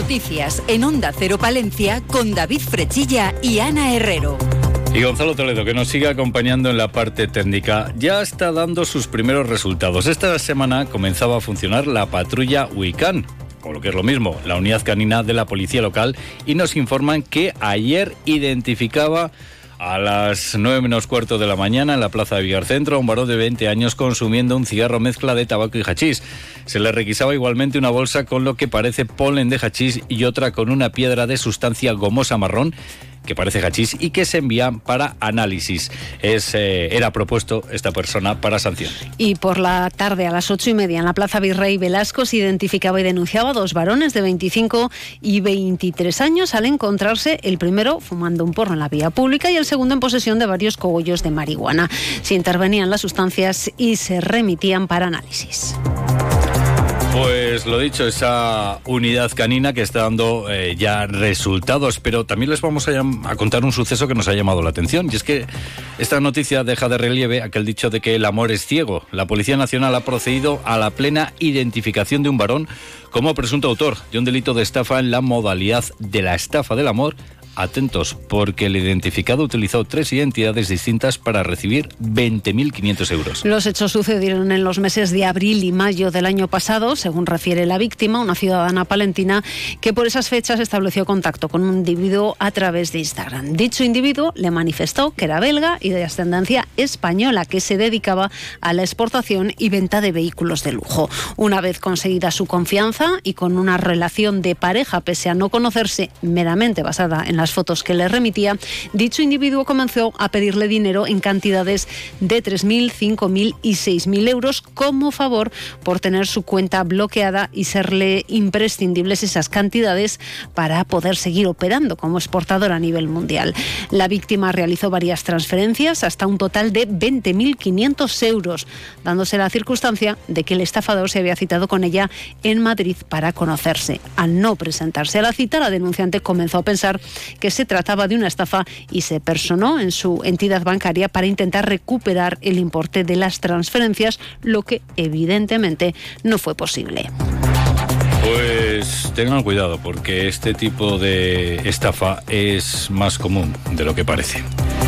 Noticias en Onda Cero Palencia con David Frechilla y Ana Herrero. Y Gonzalo Toledo, que nos sigue acompañando en la parte técnica, ya está dando sus primeros resultados. Esta semana comenzaba a funcionar la patrulla Huicán, o lo que es lo mismo, la unidad canina de la policía local, y nos informan que ayer identificaba a las 9 menos cuarto de la mañana en la plaza de Villarcentro a un varón de 20 años consumiendo un cigarro mezcla de tabaco y hachís. Se le requisaba igualmente una bolsa con lo que parece polen de hachís y otra con una piedra de sustancia gomosa marrón que parece hachís y que se envían para análisis. Era propuesto esta persona para sanción. Y por la tarde a las 8:30 en la Plaza Virrey Velasco se identificaba y denunciaba a 2 varones de 25 y 23 años al encontrarse el primero fumando un porro en la vía pública y el segundo en posesión de varios cogollos de marihuana. Se intervenían las sustancias y se remitían para análisis. Pues lo dicho, esa unidad canina que está dando ya resultados, pero también les vamos a contar un suceso que nos ha llamado la atención, y es que esta noticia deja de relieve aquel dicho de que el amor es ciego. La Policía Nacional ha procedido a la plena identificación de un varón como presunto autor de un delito de estafa en la modalidad de la estafa del amor. Atentos, porque el identificado utilizó 3 identidades distintas para recibir 20.500 euros. Los hechos sucedieron en los meses de abril y mayo del año pasado, según refiere la víctima, una ciudadana palentina que por esas fechas estableció contacto con un individuo a través de Instagram. Dicho individuo le manifestó que era belga y de ascendencia española, que se dedicaba a la exportación y venta de vehículos de lujo. Una vez conseguida su confianza y con una relación de pareja, pese a no conocerse, meramente basada en las fotos que le remitía, dicho individuo comenzó a pedirle dinero en cantidades de 3.000, 5.000 y 6.000 euros como favor por tener su cuenta bloqueada y serle imprescindibles esas cantidades para poder seguir operando como exportador a nivel mundial. La víctima realizó varias transferencias hasta un total de 20.500 euros, dándose la circunstancia de que el estafador se había citado con ella en Madrid para conocerse. Al no presentarse a la cita, la denunciante comenzó a pensar que se trataba de una estafa y se personó en su entidad bancaria para intentar recuperar el importe de las transferencias, lo que evidentemente no fue posible. Pues tengan cuidado, porque este tipo de estafa es más común de lo que parece.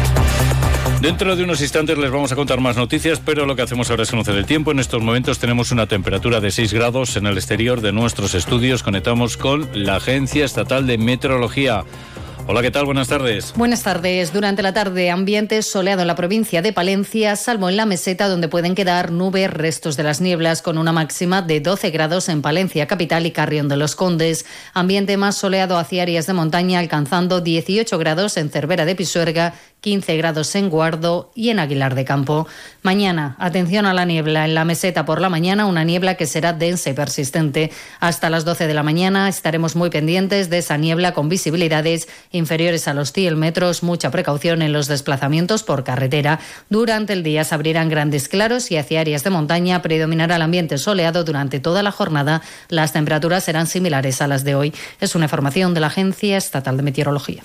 Dentro de unos instantes les vamos a contar más noticias, pero lo que hacemos ahora es conocer el tiempo. En estos momentos tenemos una temperatura de 6 grados en el exterior de nuestros estudios. Conectamos con la Agencia Estatal de Meteorología. Hola, ¿qué tal? Buenas tardes. Buenas tardes. Durante la tarde, ambiente soleado en la provincia de Palencia, salvo en la meseta, donde pueden quedar nubes, restos de las nieblas, con una máxima de 12 grados en Palencia capital y Carrión de los Condes. Ambiente más soleado hacia áreas de montaña, alcanzando 18 grados en Cervera de Pisuerga, 15 grados en Guardo y en Aguilar de Campo. Mañana, atención a la niebla en la meseta por la mañana, una niebla que será densa y persistente. Hasta las 12 de la mañana estaremos muy pendientes de esa niebla con visibilidades inferiores a los 100 metros. Mucha precaución en los desplazamientos por carretera. Durante el día se abrirán grandes claros y hacia áreas de montaña predominará el ambiente soleado durante toda la jornada. Las temperaturas serán similares a las de hoy. Es una información de la Agencia Estatal de Meteorología.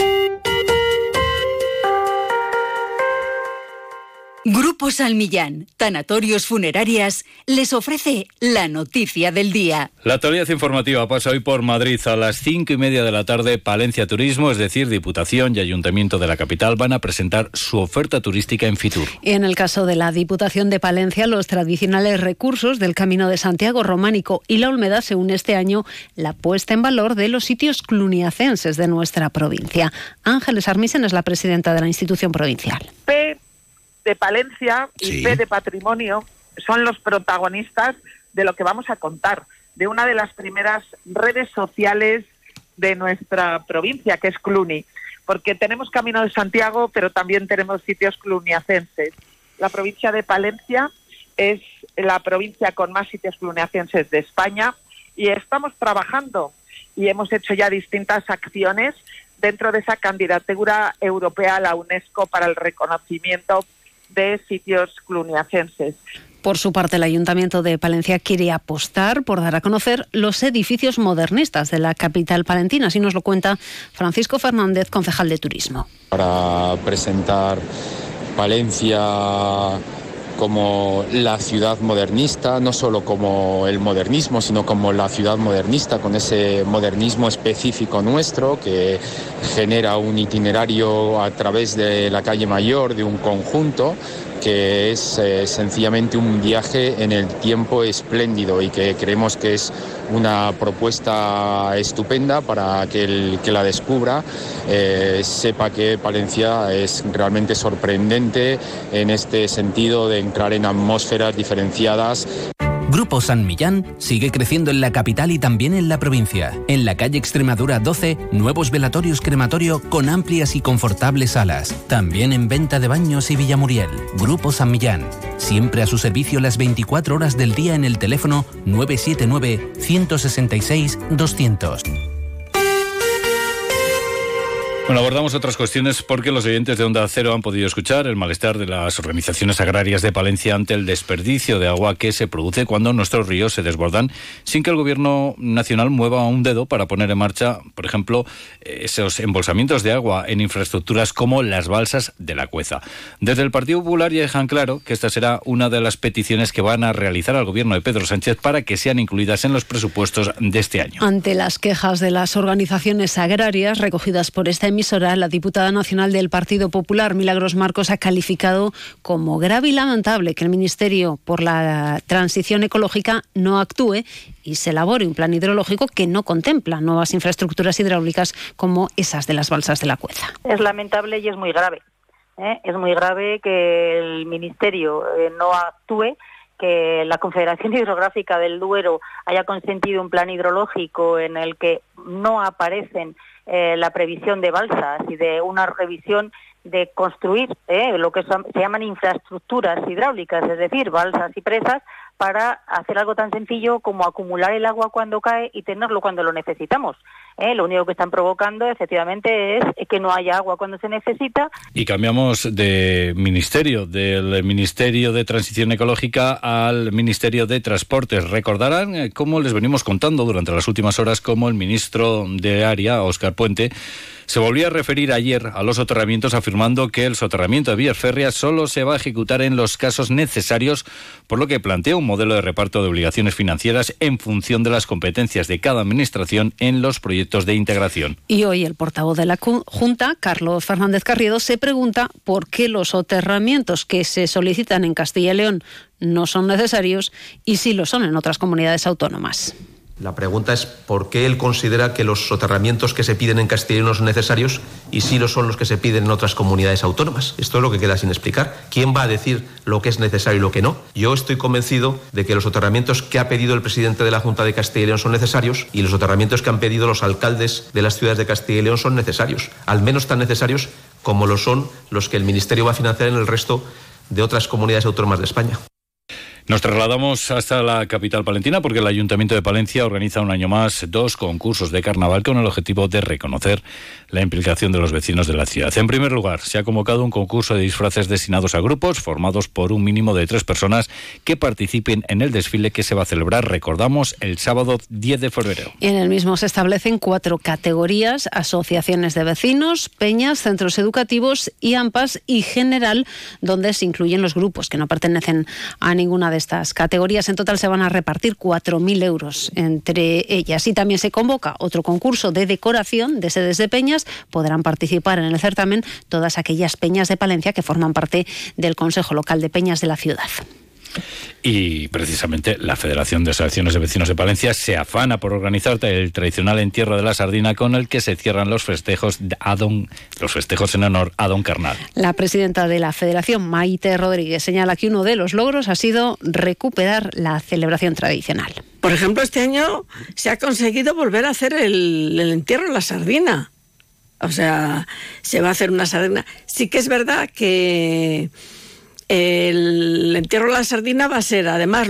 Grupo Salmillán, Tanatorios Funerarias, les ofrece la noticia del día. La actualidad informativa pasa hoy por Madrid a las 5:30 de la tarde. Palencia Turismo, es decir, Diputación y Ayuntamiento de la capital, van a presentar su oferta turística en Fitur. En el caso de la Diputación de Palencia, los tradicionales recursos del Camino de Santiago Románico y la Olmeda se une este año la puesta en valor de los sitios cluniacenses de nuestra provincia. Ángeles Armisen es la presidenta de la institución provincial. De Palencia y P de Patrimonio son los protagonistas de lo que vamos a contar, de una de las primeras redes sociales de nuestra provincia, que es Cluny, porque tenemos Camino de Santiago, pero también tenemos sitios cluniacenses. La provincia de Palencia es la provincia con más sitios cluniacenses de España y estamos trabajando y hemos hecho ya distintas acciones dentro de esa candidatura europea a la UNESCO para el reconocimiento de sitios cluniacenses. Por su parte, el Ayuntamiento de Palencia quiere apostar por dar a conocer los edificios modernistas de la capital palentina. Así nos lo cuenta Francisco Fernández, concejal de Turismo. Para presentar Palencia como la ciudad modernista, no solo como el modernismo, sino como la ciudad modernista, con ese modernismo específico nuestro que genera un itinerario a través de la calle Mayor, de un conjunto, que es sencillamente un viaje en el tiempo espléndido y que creemos que es una propuesta estupenda para que el que la descubra sepa que Palencia es realmente sorprendente en este sentido de entrar en atmósferas diferenciadas. Grupo San Millán sigue creciendo en la capital y también en la provincia. En la calle Extremadura 12, nuevos velatorios crematorio con amplias y confortables salas. También en venta de baños y Villamuriel. Grupo San Millán, siempre a su servicio las 24 horas del día en el teléfono 979 166 200. Bueno, abordamos otras cuestiones porque los oyentes de Onda Cero han podido escuchar el malestar de las organizaciones agrarias de Palencia ante el desperdicio de agua que se produce cuando nuestros ríos se desbordan sin que el Gobierno nacional mueva un dedo para poner en marcha, por ejemplo, esos embolsamientos de agua en infraestructuras como las balsas de la Cueza. Desde el Partido Popular ya dejan claro que esta será una de las peticiones que van a realizar al Gobierno de Pedro Sánchez para que sean incluidas en los presupuestos de este año. Ante las quejas de las organizaciones agrarias recogidas por esta emisora, la diputada nacional del Partido Popular, Milagros Marcos, ha calificado como grave y lamentable que el Ministerio por la Transición Ecológica no actúe y se elabore un plan hidrológico que no contempla nuevas infraestructuras hidráulicas como esas de las balsas de la Cueza. Es lamentable y es muy grave. Es muy grave que el Ministerio no actúe, que la Confederación Hidrográfica del Duero haya consentido un plan hidrológico en el que no aparecen la previsión de balsas y de una revisión de construir lo que se llaman infraestructuras hidráulicas, es decir, balsas y presas, para hacer algo tan sencillo como acumular el agua cuando cae y tenerlo cuando lo necesitamos. Lo único que están provocando, efectivamente, es que no haya agua cuando se necesita. Y cambiamos de ministerio, del Ministerio de Transición Ecológica al Ministerio de Transportes. Recordarán, como les venimos contando durante las últimas horas, cómo el ministro de Área, Óscar Puente, se volvió a referir ayer a los soterramientos afirmando que el soterramiento de vías férreas solo se va a ejecutar en los casos necesarios, por lo que plantea un modelo de reparto de obligaciones financieras en función de las competencias de cada administración en los proyectos de integración. Y hoy el portavoz de la Junta, Carlos Fernández Carriedo, se pregunta por qué los soterramientos que se solicitan en Castilla y León no son necesarios y sí lo son en otras comunidades autónomas. La pregunta es por qué él considera que los soterramientos que se piden en Castilla y León no son necesarios y sí lo son los que se piden en otras comunidades autónomas. Esto es lo que queda sin explicar. ¿Quién va a decir lo que es necesario y lo que no? Yo estoy convencido de que los soterramientos que ha pedido el presidente de la Junta de Castilla y León son necesarios y los soterramientos que han pedido los alcaldes de las ciudades de Castilla y León son necesarios, al menos tan necesarios como lo son los que el Ministerio va a financiar en el resto de otras comunidades autónomas de España. Nos trasladamos hasta la capital palentina porque el Ayuntamiento de Palencia organiza un año más 2 concursos de carnaval con el objetivo de reconocer la implicación de los vecinos de la ciudad. En primer lugar, se ha convocado un concurso de disfraces destinados a grupos formados por un mínimo de 3 personas que participen en el desfile que se va a celebrar, recordamos, el sábado 10 de febrero. En el mismo se establecen 4 categorías: asociaciones de vecinos, peñas, centros educativos y AMPAs y general, donde se incluyen los grupos que no pertenecen a ninguna de estas categorías. En total se van a repartir 4.000 euros entre ellas. Y también se convoca otro concurso de decoración de sedes de peñas. Podrán participar en el certamen todas aquellas peñas de Palencia que forman parte del Consejo Local de Peñas de la ciudad. Y precisamente la Federación de Asociaciones de Vecinos de Palencia se afana por organizar el tradicional entierro de la sardina con el que se cierran los festejos en honor a Don Carnal. La presidenta de la Federación, Maite Rodríguez, señala que uno de los logros ha sido recuperar la celebración tradicional. Por ejemplo, este año se ha conseguido volver a hacer el entierro de la sardina. O sea, se va a hacer una sardina. Sí que es verdad que el entierro de la sardina va a ser, además,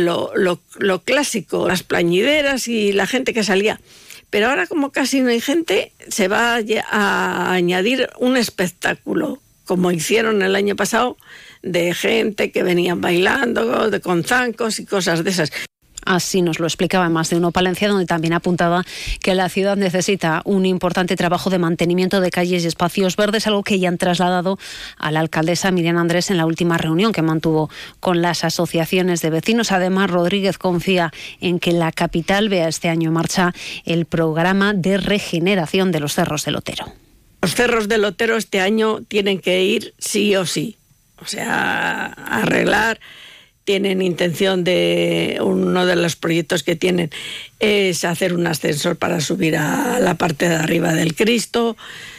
lo clásico, las plañideras y la gente que salía. Pero ahora, como casi no hay gente, se va a añadir un espectáculo, como hicieron el año pasado, de gente que venían bailando, con zancos y cosas de esas. Así nos lo explicaba en Más de Uno Palencia, donde también apuntaba que la ciudad necesita un importante trabajo de mantenimiento de calles y espacios verdes, algo que ya han trasladado a la alcaldesa Miriam Andrés en la última reunión que mantuvo con las asociaciones de vecinos. Además, Rodríguez confía en que la capital vea este año en marcha el programa de regeneración de los cerros del Otero. Los cerros del Otero este año tienen que ir sí o sí, o sea, arreglar. Tienen intención de, uno de los proyectos que tienen es hacer un ascensor para subir a la parte de arriba del Cristo.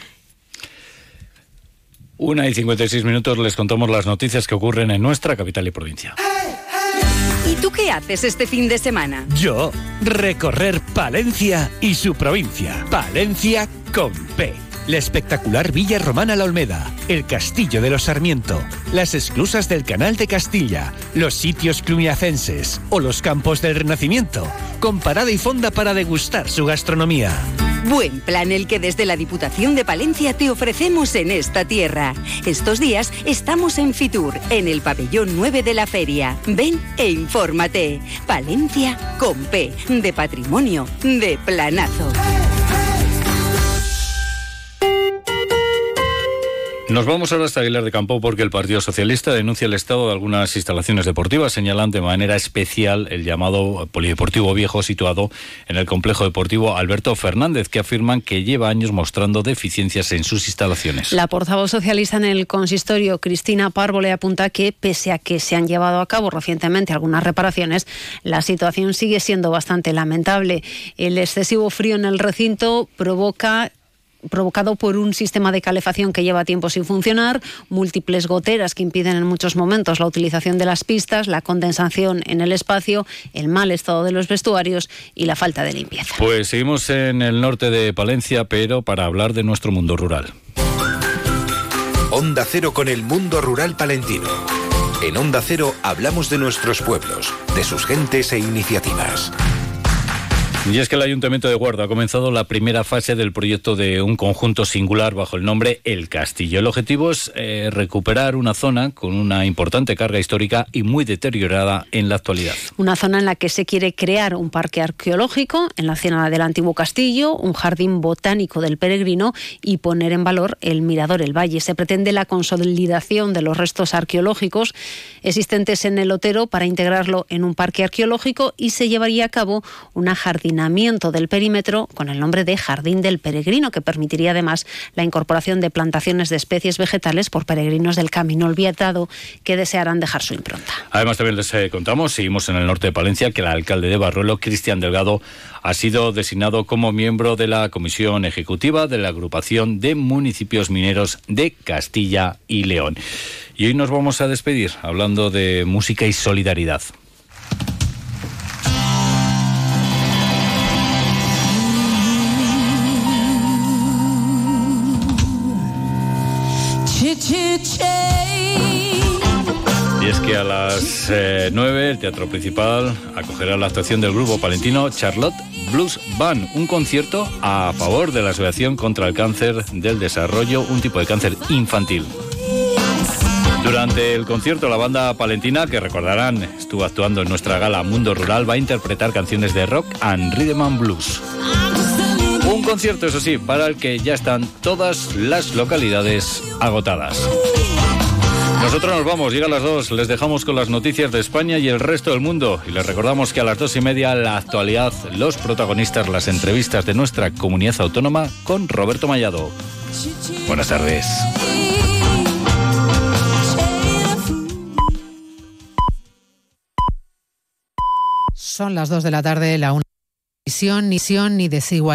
1:56, les contamos las noticias que ocurren en nuestra capital y provincia. ¿Y tú qué haces este fin de semana? Yo, recorrer Palencia y su provincia. Palencia con P. La espectacular Villa Romana La Olmeda, el Castillo de los Sarmiento, las esclusas del Canal de Castilla, los sitios cluniacenses o los campos del Renacimiento, con parada y fonda para degustar su gastronomía. Buen plan el que desde la Diputación de Palencia te ofrecemos en esta tierra. Estos días estamos en Fitur, en el pabellón 9 de la feria. Ven e infórmate. Palencia con P, de patrimonio, de planazo. Nos vamos ahora hasta Aguilar de Campo porque el Partido Socialista denuncia el estado de algunas instalaciones deportivas, señalan de manera especial el llamado Polideportivo Viejo situado en el complejo deportivo Alberto Fernández, que afirman que lleva años mostrando deficiencias en sus instalaciones. La portavoz socialista en el consistorio, Cristina Parvo, le apunta que pese a que se han llevado a cabo recientemente algunas reparaciones, la situación sigue siendo bastante lamentable. El excesivo frío en el recinto provocado por un sistema de calefacción que lleva tiempo sin funcionar, múltiples goteras que impiden en muchos momentos la utilización de las pistas, la condensación en el espacio, el mal estado de los vestuarios y la falta de limpieza. Pues seguimos en el norte de Palencia, pero para hablar de nuestro mundo rural. Onda Cero con el mundo rural palentino. En Onda Cero hablamos de nuestros pueblos, de sus gentes e iniciativas. Y es que el Ayuntamiento de Guardo ha comenzado la primera fase del proyecto de un conjunto singular bajo el nombre El Castillo. El objetivo es recuperar una zona con una importante carga histórica y muy deteriorada en la actualidad. Una zona en la que se quiere crear un parque arqueológico en la zona del antiguo castillo, un jardín botánico del Peregrino y poner en valor el Mirador El Valle. Se pretende la consolidación de los restos arqueológicos existentes en el Otero para integrarlo en un parque arqueológico y se llevaría a cabo una jardinamiento del perímetro con el nombre de Jardín del Peregrino, que permitiría además la incorporación de plantaciones de especies vegetales por peregrinos del camino olvidado que desearán dejar su impronta. Además también les contamos, seguimos en el norte de Palencia, que el alcalde de Barruelo, Cristian Delgado, ha sido designado como miembro de la Comisión Ejecutiva de la Agrupación de Municipios Mineros de Castilla y León. Y hoy nos vamos a despedir hablando de música y solidaridad. Y es que a las 9 el Teatro Principal acogerá la actuación del grupo palentino Charlotte Blues Band, un concierto a favor de la Asociación contra el Cáncer del Desarrollo, un tipo de cáncer infantil. Durante el concierto, la banda palentina, que recordarán estuvo actuando en nuestra gala Mundo Rural, va a interpretar canciones de rock and rhythm and blues. Un concierto, eso sí, para el que ya están todas las localidades agotadas. Nosotros nos vamos, llega a las 2, les dejamos con las noticias de España y el resto del mundo y les recordamos que a las 2:30 la actualidad, los protagonistas, las entrevistas de nuestra comunidad autónoma con Roberto Mallado. Buenas tardes. Son las 2 de la tarde, la 1. Ni desigualdad.